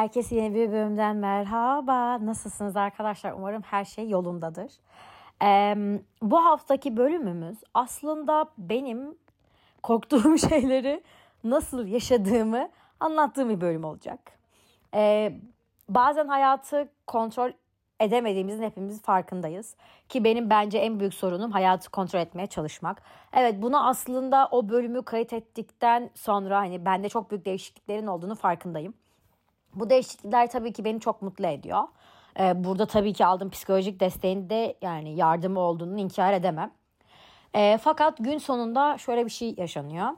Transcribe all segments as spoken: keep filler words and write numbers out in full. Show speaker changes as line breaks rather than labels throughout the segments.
Herkese yeni bir bölümden merhaba. Nasılsınız arkadaşlar? Umarım her şey yolundadır. Ee, bu haftaki bölümümüz aslında benim korktuğum şeyleri nasıl yaşadığımı anlattığım bir bölüm olacak. Ee, bazen hayatı kontrol edemediğimizin hepimiz farkındayız. Ki benim bence en büyük sorunum hayatı kontrol etmeye çalışmak. Evet, bunu aslında o bölümü kayıt ettikten sonra hani bende çok büyük değişikliklerin olduğunu farkındayım. Bu değişiklikler tabii ki beni çok mutlu ediyor. Ee, burada tabii ki aldığım psikolojik desteğin de yani yardımı olduğunu inkar edemem. Ee, fakat gün sonunda şöyle bir şey yaşanıyor.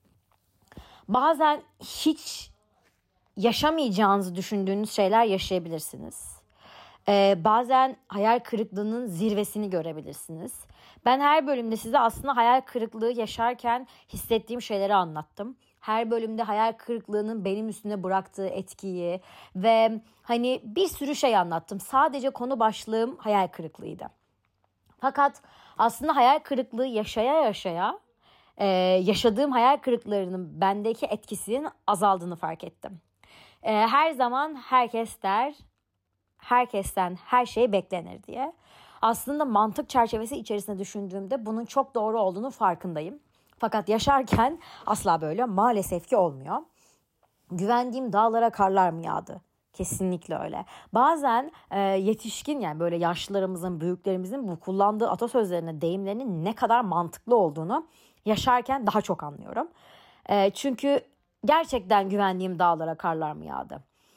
Bazen hiç yaşamayacağınızı düşündüğünüz şeyler yaşayabilirsiniz. Ee, bazen hayal kırıklığının zirvesini görebilirsiniz. Ben her bölümde size aslında hayal kırıklığı yaşarken hissettiğim şeyleri anlattım. Her bölümde hayal kırıklığının benim üstüne bıraktığı etkiyi ve hani bir sürü şey anlattım. Sadece konu başlığım hayal kırıklığıydı. Fakat aslında hayal kırıklığı yaşaya yaşaya e, yaşadığım hayal kırıklarının bendeki etkisinin azaldığını fark ettim. E, her zaman herkes der, herkesten her şey beklenir diye. Aslında mantık çerçevesi içerisinde düşündüğümde bunun çok doğru olduğunu farkındayım. Fakat yaşarken asla böyle maalesef ki olmuyor. Güvendiğim dağlara karlar mı yağdı? Kesinlikle öyle. Bazen e, yetişkin yani böyle yaşlılarımızın, büyüklerimizin bu kullandığı atasözlerine, deyimlerinin ne kadar mantıklı olduğunu yaşarken daha çok anlıyorum. E, çünkü gerçekten güvendiğim dağlara karlar mı yağdı?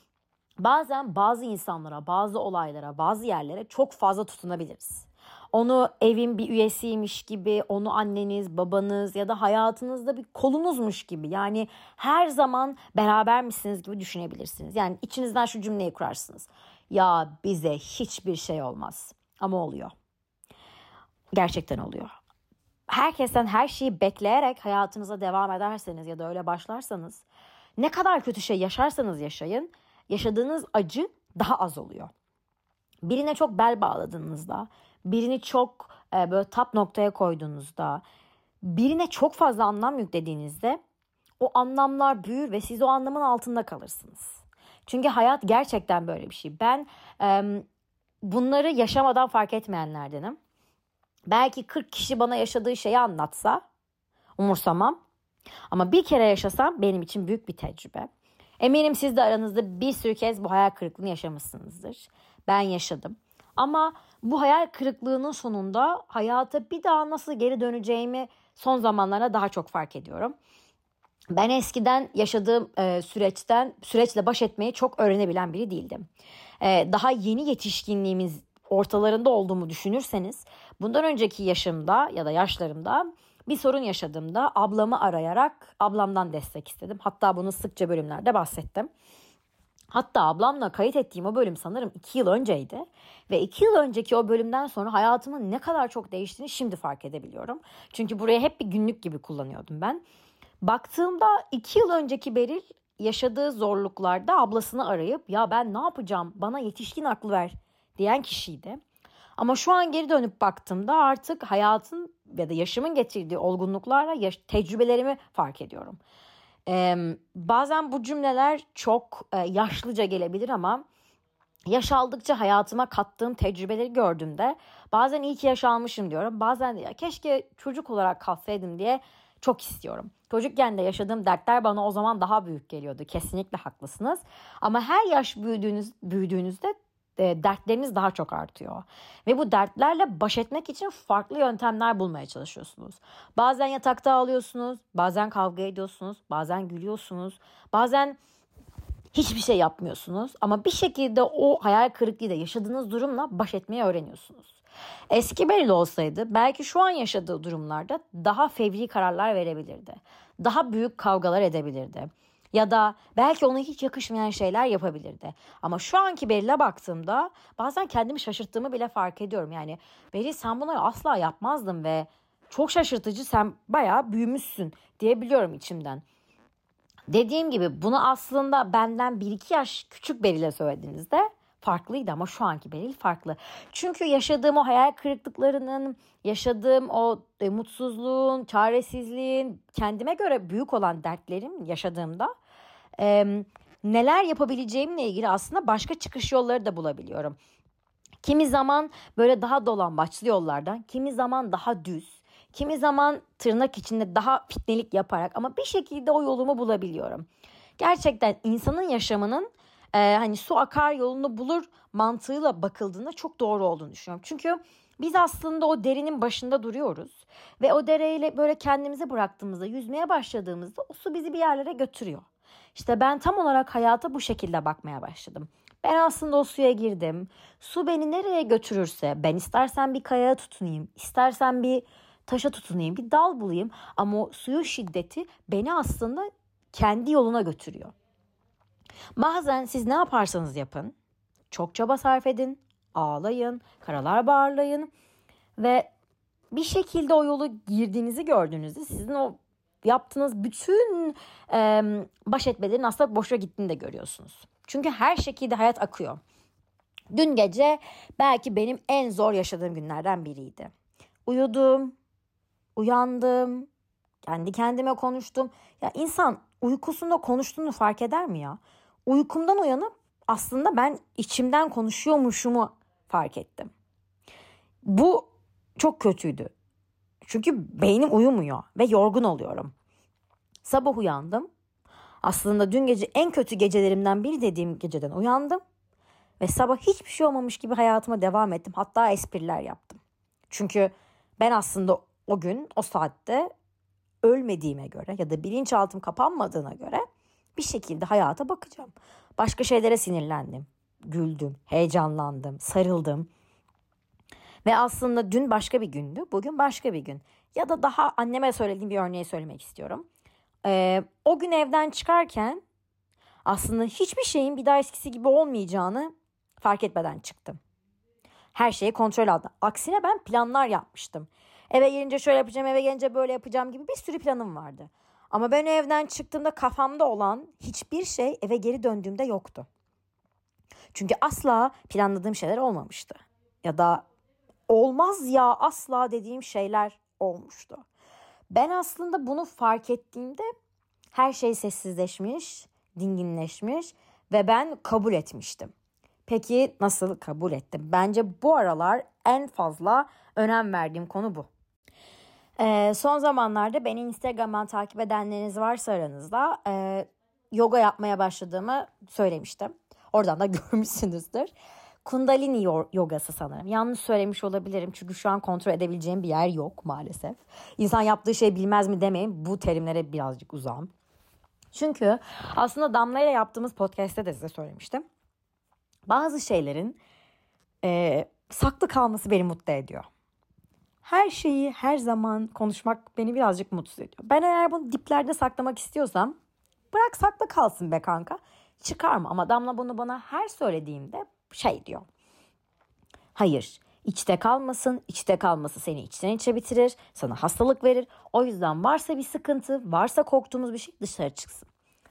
Bazen bazı insanlara, bazı olaylara, bazı yerlere çok fazla tutunabiliriz. Onu evin bir üyesiymiş gibi, onu anneniz, babanız ya da hayatınızda bir kolunuzmuş gibi, yani her zaman berabermişsiniz gibi düşünebilirsiniz. Yani içinizden şu cümleyi kurarsınız. Ya bize hiçbir şey olmaz. Ama oluyor. Gerçekten oluyor. Herkesten her şeyi bekleyerek hayatınıza devam ederseniz ya da öyle başlarsanız, ne kadar kötü şey yaşarsanız yaşayın, yaşadığınız acı daha az oluyor. Birine çok bel bağladığınızda, birini çok e, böyle tap noktaya koyduğunuzda, birine çok fazla anlam yüklediğinizde o anlamlar büyür ve siz o anlamın altında kalırsınız. Çünkü hayat gerçekten böyle bir şey. Ben e, bunları yaşamadan fark etmeyenlerdenim. Belki kırk kişi bana yaşadığı şeyi anlatsa umursamam. Ama bir kere yaşasam benim için büyük bir tecrübe. Eminim siz de aranızda bir sürü kez bu hayal kırıklığını yaşamışsınızdır. Ben yaşadım. Ama bu hayal kırıklığının sonunda hayata bir daha nasıl geri döneceğimi son zamanlarda daha çok fark ediyorum. Ben eskiden yaşadığım e, süreçten süreçle baş etmeyi çok öğrenebilen biri değildim. E, daha yeni yetişkinliğimiz ortalarında olduğumu düşünürseniz, bundan önceki yaşımda ya da yaşlarımda bir sorun yaşadığımda ablamı arayarak ablamdan destek istedim. Hatta bunu sıkça bölümlerde bahsettim. Hatta ablamla kayıt ettiğim o bölüm sanırım iki yıl önceydi. Ve iki yıl önceki o bölümden sonra hayatımın ne kadar çok değiştiğini şimdi fark edebiliyorum. Çünkü buraya hep bir günlük gibi kullanıyordum ben. Baktığımda iki yıl önceki Beril yaşadığı zorluklarda ablasını arayıp ya ben ne yapacağım, bana yetişkin aklı ver diyen kişiydi. Ama şu an geri dönüp baktığımda artık hayatın ya da yaşımın getirdiği olgunluklarla yaş- tecrübelerimi fark ediyorum. Ee, bazen bu cümleler çok e, yaşlıca gelebilir ama yaş aldıkça hayatıma kattığım tecrübeleri gördüğümde bazen iyi ki yaş almışım diyorum. Bazen de ya keşke çocuk olarak kalsaydım diye çok istiyorum. Çocukken de yaşadığım dertler bana o zaman daha büyük geliyordu. Kesinlikle haklısınız. Ama her yaş büyüdüğünüz, büyüdüğünüzde e, dertleriniz daha çok artıyor. Ve bu dertlerle baş etmek için farklı yöntemler bulmaya çalışıyorsunuz. Bazen yatakta ağlıyorsunuz, bazen kavga ediyorsunuz, bazen gülüyorsunuz, bazen hiçbir şey yapmıyorsunuz. Ama bir şekilde o hayal kırıklığıyla yaşadığınız durumla baş etmeyi öğreniyorsunuz. Eski Beril olsaydı belki şu an yaşadığı durumlarda daha fevri kararlar verebilirdi. Daha büyük kavgalar edebilirdi. Ya da belki ona hiç yakışmayan şeyler yapabilirdi. Ama şu anki Beril'e baktığımda bazen kendimi şaşırttığımı bile fark ediyorum. Yani Beril sen bunları asla yapmazdın ve çok şaşırtıcı, sen bayağı büyümüşsün diyebiliyorum içimden. Dediğim gibi bunu aslında benden bir iki yaş küçük Beril'e söylediğinizde farklıydı ama şu anki Beril farklı. Çünkü yaşadığım o hayal kırıklıklarının, yaşadığım o e, mutsuzluğun, çaresizliğin, kendime göre büyük olan dertlerim yaşadığımda e, neler yapabileceğimle ilgili aslında başka çıkış yolları da bulabiliyorum. Kimi zaman böyle daha dolambaçlı yollardan, kimi zaman daha düz, kimi zaman tırnak içinde daha fitnelik yaparak ama bir şekilde o yolumu bulabiliyorum. Gerçekten insanın yaşamının e, hani su akar yolunu bulur mantığıyla bakıldığında çok doğru olduğunu düşünüyorum. Çünkü biz aslında o derinin başında duruyoruz ve o dereyle böyle kendimizi bıraktığımızda, yüzmeye başladığımızda o su bizi bir yerlere götürüyor. İşte ben tam olarak hayata bu şekilde bakmaya başladım. Ben aslında o suya girdim. Su beni nereye götürürse, ben istersen bir kayaya tutunayım, istersen bir taşa tutunayım, bir dal bulayım. Ama o suyun şiddeti beni aslında kendi yoluna götürüyor. Bazen siz ne yaparsanız yapın, çok çaba sarf edin, ağlayın, karalar bağırlayın ve bir şekilde o yolu girdiğinizi gördüğünüzde sizin o yaptığınız bütün e, baş etmelerin aslında boşa gittiğini de görüyorsunuz. Çünkü her şekilde hayat akıyor. Dün gece belki benim en zor yaşadığım günlerden biriydi. Uyudum, uyandım, kendi kendime konuştum. Ya insan uykusunda konuştuğunu fark eder mi ya? Uykumdan uyanıp aslında ben içimden konuşuyormuşumu fark ettim. Bu çok kötüydü. Çünkü beynim uyumuyor ve yorgun oluyorum. Sabah uyandım. Aslında dün gece en kötü gecelerimden biri dediğim geceden uyandım. Ve sabah hiçbir şey olmamış gibi hayatıma devam ettim. Hatta espriler yaptım. Çünkü ben aslında o gün, o saatte ölmediğime göre ya da bilinçaltım kapanmadığına göre bir şekilde hayata bakacağım. Başka şeylere sinirlendim, güldüm, heyecanlandım, sarıldım. Ve aslında dün başka bir gündü, bugün başka bir gün. Ya da daha anneme söylediğim bir örneği söylemek istiyorum. Ee, o gün evden çıkarken aslında hiçbir şeyin bir daha eskisi gibi olmayacağını fark etmeden çıktım. Her şeyi kontrol aldım. Aksine ben planlar yapmıştım. Eve gelince şöyle yapacağım, eve gelince böyle yapacağım gibi bir sürü planım vardı. Ama ben evden çıktığımda kafamda olan hiçbir şey eve geri döndüğümde yoktu. Çünkü asla planladığım şeyler olmamıştı. Ya da olmaz ya asla dediğim şeyler olmuştu. Ben aslında bunu fark ettiğimde her şey sessizleşmiş, dinginleşmiş ve ben kabul etmiştim. Peki nasıl kabul ettim? Bence bu aralar en fazla önem verdiğim konu bu. Ee, son zamanlarda beni Instagram'dan takip edenleriniz varsa aranızda e, yoga yapmaya başladığımı söylemiştim. Oradan da görmüşsünüzdür. Kundalini yogası sanırım. Yanlış söylemiş olabilirim çünkü şu an kontrol edebileceğim bir yer yok maalesef. İnsan yaptığı şeyi bilmez mi demeyin, bu terimlere birazcık uzağım. Çünkü aslında Damla ile yaptığımız podcast'te de size söylemiştim. Bazı şeylerin e, saklı kalması beni mutlu ediyor. Her şeyi her zaman konuşmak beni birazcık mutsuz ediyor. Ben eğer bunu diplerde saklamak istiyorsam bırak saklı kalsın be kanka. Çıkarma. Ama Damla bunu bana her söylediğimde şey diyor. Hayır, içte kalmasın. İçte kalması seni içten içe bitirir. Sana hastalık verir. O yüzden varsa bir sıkıntı, varsa korktuğumuz bir şey dışarı çıksın.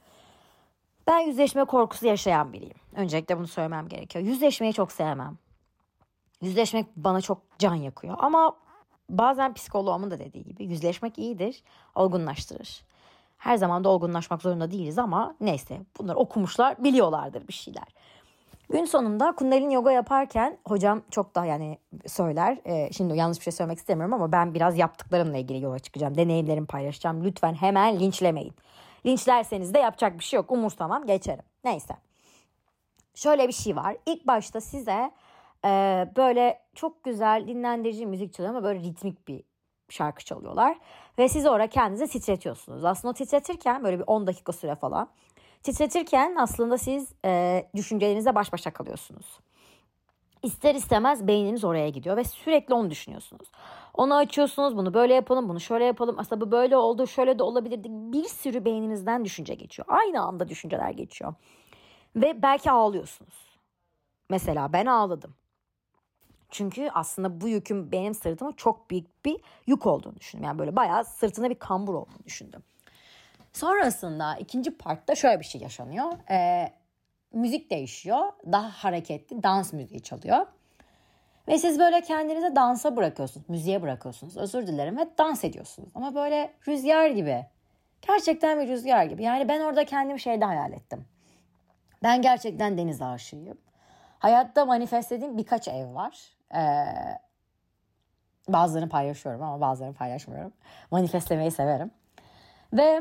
Ben yüzleşme korkusu yaşayan biriyim. Öncelikle bunu söylemem gerekiyor. Yüzleşmeyi çok sevmem. Yüzleşmek bana çok can yakıyor. Ama bazen psikoloğumun da dediği gibi yüzleşmek iyidir, olgunlaştırır. Her zaman da olgunlaşmak zorunda değiliz ama neyse bunlar okumuşlar, biliyorlardır bir şeyler. Gün sonunda Kundalini yoga yaparken hocam çok da yani söyler. E, şimdi yanlış bir şey söylemek istemiyorum ama ben biraz yaptıklarımla ilgili yola çıkacağım. Deneyimlerimi paylaşacağım. Lütfen hemen linçlemeyin. Linçlerseniz de yapacak bir şey yok. Umursamam, geçerim. Neyse. Şöyle bir şey var. İlk başta size e, böyle çok güzel dinlendirici müzik çalıyor ama böyle ritmik bir şarkı çalıyorlar. Ve siz orada kendinizi titretiyorsunuz. Aslında o titretirken böyle bir on dakika süre falan. Titretirken aslında siz e, düşüncelerinizle baş başa kalıyorsunuz. İster istemez beyniniz oraya gidiyor ve sürekli onu düşünüyorsunuz. Onu açıyorsunuz, bunu böyle yapalım, bunu şöyle yapalım. Aslında bu böyle oldu, şöyle de olabilirdi. Bir sürü beyninizden düşünce geçiyor. Aynı anda düşünceler geçiyor. Ve belki ağlıyorsunuz. Mesela ben ağladım. Çünkü aslında bu yükün benim sırtıma çok büyük bir yük olduğunu düşündüm. Yani böyle bayağı sırtına bir kambur olduğunu düşündüm. Sonrasında ikinci partta şöyle bir şey yaşanıyor. Ee, müzik değişiyor. Daha hareketli dans müziği çalıyor. Ve siz böyle kendinizi dansa bırakıyorsunuz. Müziğe bırakıyorsunuz. Özür dilerim. Ve dans ediyorsunuz. Ama böyle rüzgar gibi. Gerçekten bir rüzgar gibi. Yani ben orada kendimi şeyde hayal ettim. Ben gerçekten deniz aşığıyım. Hayatta manifestlediğim birkaç ev var. Ee, bazılarını paylaşıyorum ama bazılarını paylaşmıyorum. Manifestlemeyi severim. Ve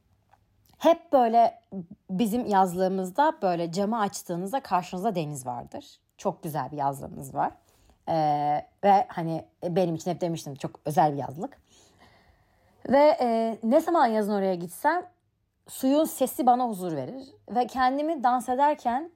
hep böyle bizim yazlığımızda böyle camı açtığınızda karşınızda deniz vardır. Çok güzel bir yazlığımız var. Ee, ve hani benim için hep demiştim çok özel bir yazlık. Ve e, ne zaman yazın oraya gitsem suyun sesi bana huzur verir. Ve kendimi dans ederken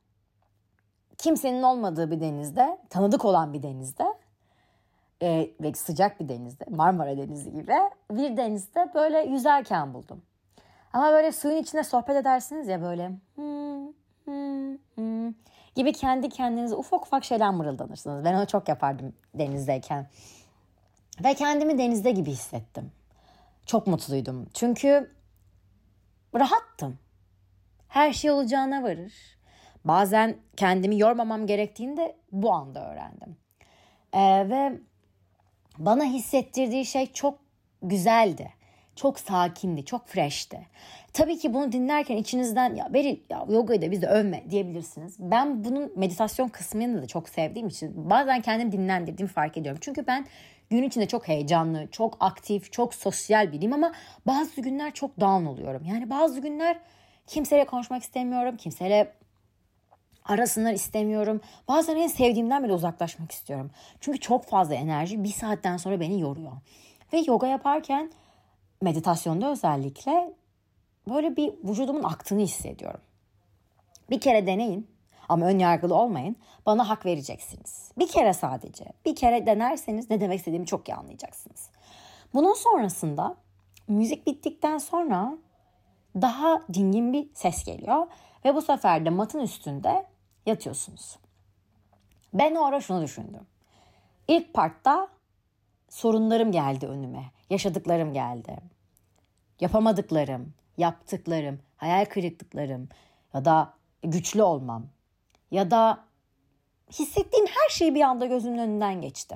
kimsenin olmadığı bir denizde, tanıdık olan bir denizde e, ve sıcak bir denizde, Marmara Denizi gibi bir denizde böyle yüzerken buldum. Ama böyle suyun içinde sohbet edersiniz ya böyle hmm, hmm, hmm, gibi kendi kendinize ufak ufak şeyler mırıldanırsınız. Ben onu çok yapardım denizdeyken. Ve kendimi denizde gibi hissettim. Çok mutluydum. Çünkü rahattım. Her şey olacağına varır. Bazen kendimi yormamam gerektiğini de bu anda öğrendim. Ee, ve bana hissettirdiği şey çok güzeldi. Çok sakindi, çok freshti. Tabii ki bunu dinlerken içinizden ya Beril ya yogayı da bizi övme diyebilirsiniz. Ben bunun meditasyon kısmını da çok sevdiğim için bazen kendimi dinlendirdiğimi fark ediyorum. Çünkü ben gün içinde çok heyecanlı, çok aktif, çok sosyal biriyim ama bazı günler çok down oluyorum. Yani bazı günler kimseyle konuşmak istemiyorum, kimseyle arasınlar istemiyorum. Bazen en sevdiğimden bile uzaklaşmak istiyorum. Çünkü çok fazla enerji bir saatten sonra beni yoruyor. Ve yoga yaparken meditasyonda özellikle böyle bir vücudumun aktığını hissediyorum. Bir kere deneyin ama ön yargılı olmayın. Bana hak vereceksiniz. Bir kere sadece. Bir kere denerseniz ne demek istediğimi çok iyi anlayacaksınız. Bunun sonrasında müzik bittikten sonra daha dingin bir ses geliyor. Ve bu sefer de matın üstünde yatıyorsunuz. Ben o ara şunu düşündüm. İlk partta sorunlarım geldi önüme. Yaşadıklarım geldi. Yapamadıklarım, yaptıklarım, hayal kırıklıklarım ya da güçlü olmam ya da hissettiğim her şey bir anda gözümün önünden geçti.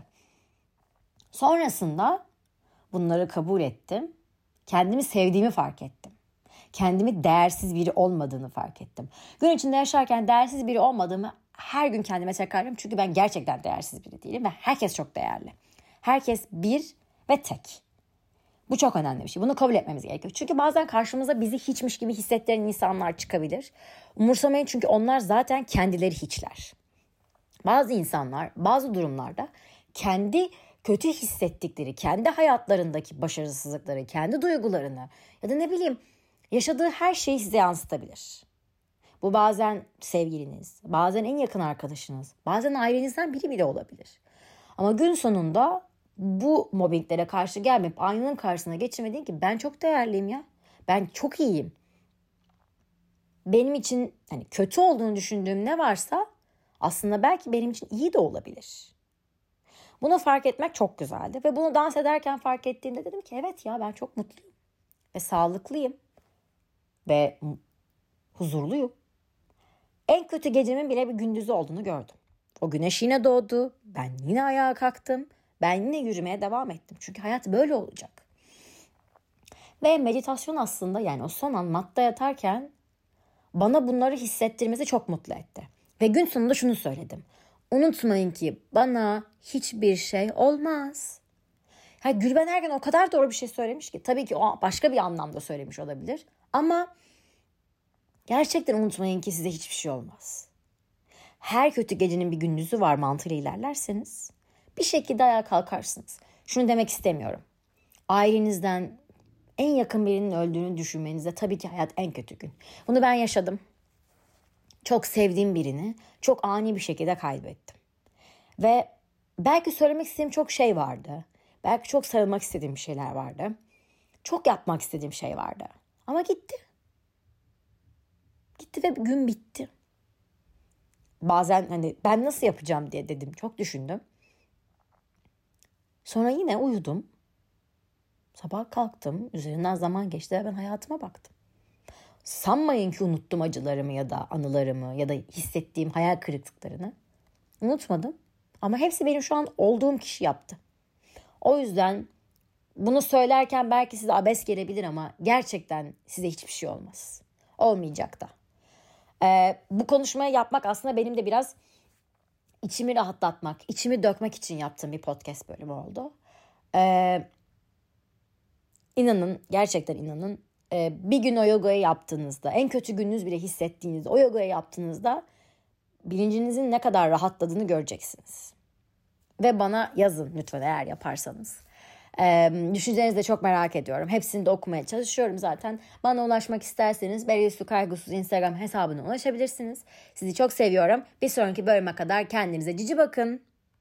Sonrasında bunları kabul ettim. Kendimi sevdiğimi fark ettim. Kendimi değersiz biri olmadığını fark ettim. Gün içinde yaşarken değersiz biri olmadığımı her gün kendime tekrarlıyorum. Çünkü ben gerçekten değersiz biri değilim ve herkes çok değerli. Herkes bir ve tek. Bu çok önemli bir şey. Bunu kabul etmemiz gerekiyor. Çünkü bazen karşımıza bizi hiçmiş gibi hissettiren insanlar çıkabilir. Umursamayın çünkü onlar zaten kendileri hiçler. Bazı insanlar bazı durumlarda kendi kötü hissettikleri, kendi hayatlarındaki başarısızlıkları, kendi duygularını ya da ne bileyim yaşadığı her şeyi size yansıtabilir. Bu bazen sevgiliniz, bazen en yakın arkadaşınız, bazen ailenizden biri bile olabilir. Ama gün sonunda bu mobbinglere karşı gelmeyip aynanın karşısına geçirmediğin ki ben çok değerliyim ya. Ben çok iyiyim. Benim için hani kötü olduğunu düşündüğüm ne varsa aslında belki benim için iyi de olabilir. Bunu fark etmek çok güzeldi. Ve bunu dans ederken fark ettiğimde dedim ki evet ya ben çok mutluyum. Ve sağlıklıyım. Ve huzurluyum. En kötü gecemin bile bir gündüzü olduğunu gördüm. O güneş yine doğdu. Ben yine ayağa kalktım. Ben yine yürümeye devam ettim. Çünkü hayat böyle olacak. Ve meditasyon aslında yani o son an matta yatarken bana bunları hissettirmesi çok mutlu etti. Ve gün sonunda şunu söyledim. Unutmayın ki bana hiçbir şey olmaz. Ya Gülben Ergen o kadar doğru bir şey söylemiş ki. Tabii ki o başka bir anlamda söylemiş olabilir. Ama gerçekten unutmayın ki size hiçbir şey olmaz. Her kötü gecenin bir gündüzü var mantığıyla ilerlerseniz bir şekilde ayağa kalkarsınız. Şunu demek istemiyorum. Ailenizden en yakın birinin öldüğünü düşünmenizde tabii ki hayat en kötü gün. Bunu ben yaşadım. Çok sevdiğim birini çok ani bir şekilde kaybettim. Ve belki söylemek istediğim çok şey vardı. Belki çok sarılmak istediğim şeyler vardı. Çok yapmak istediğim şey vardı. Ama gitti. Gitti ve gün bitti. Bazen hani ben nasıl yapacağım diye dedim. Çok düşündüm. Sonra yine uyudum. Sabah kalktım. Üzerinden zaman geçti ve ben hayatıma baktım. Sanmayın ki unuttum acılarımı ya da anılarımı ya da hissettiğim hayal kırıklıklarını. Unutmadım. Ama hepsi benim şu an olduğum kişi yaptı. O yüzden bunu söylerken belki size abes gelebilir ama gerçekten size hiçbir şey olmaz. Olmayacak da. Ee, bu konuşmayı yapmak aslında benim de biraz içimi rahatlatmak, içimi dökmek için yaptığım bir podcast bölümü oldu. Ee, inanın, gerçekten inanın. Ee, bir gün o yogayı yaptığınızda, en kötü gününüz bile hissettiğinizde, o yogayı yaptığınızda bilincinizin ne kadar rahatladığını göreceksiniz. Ve bana yazın lütfen eğer yaparsanız. Ee, düşüncelerinizi de çok merak ediyorum. Hepsini de okumaya çalışıyorum zaten. Bana ulaşmak isterseniz Beril Su Kaygısız Instagram hesabına ulaşabilirsiniz. Sizi çok seviyorum. Bir sonraki bölüme kadar kendinize cici bakın.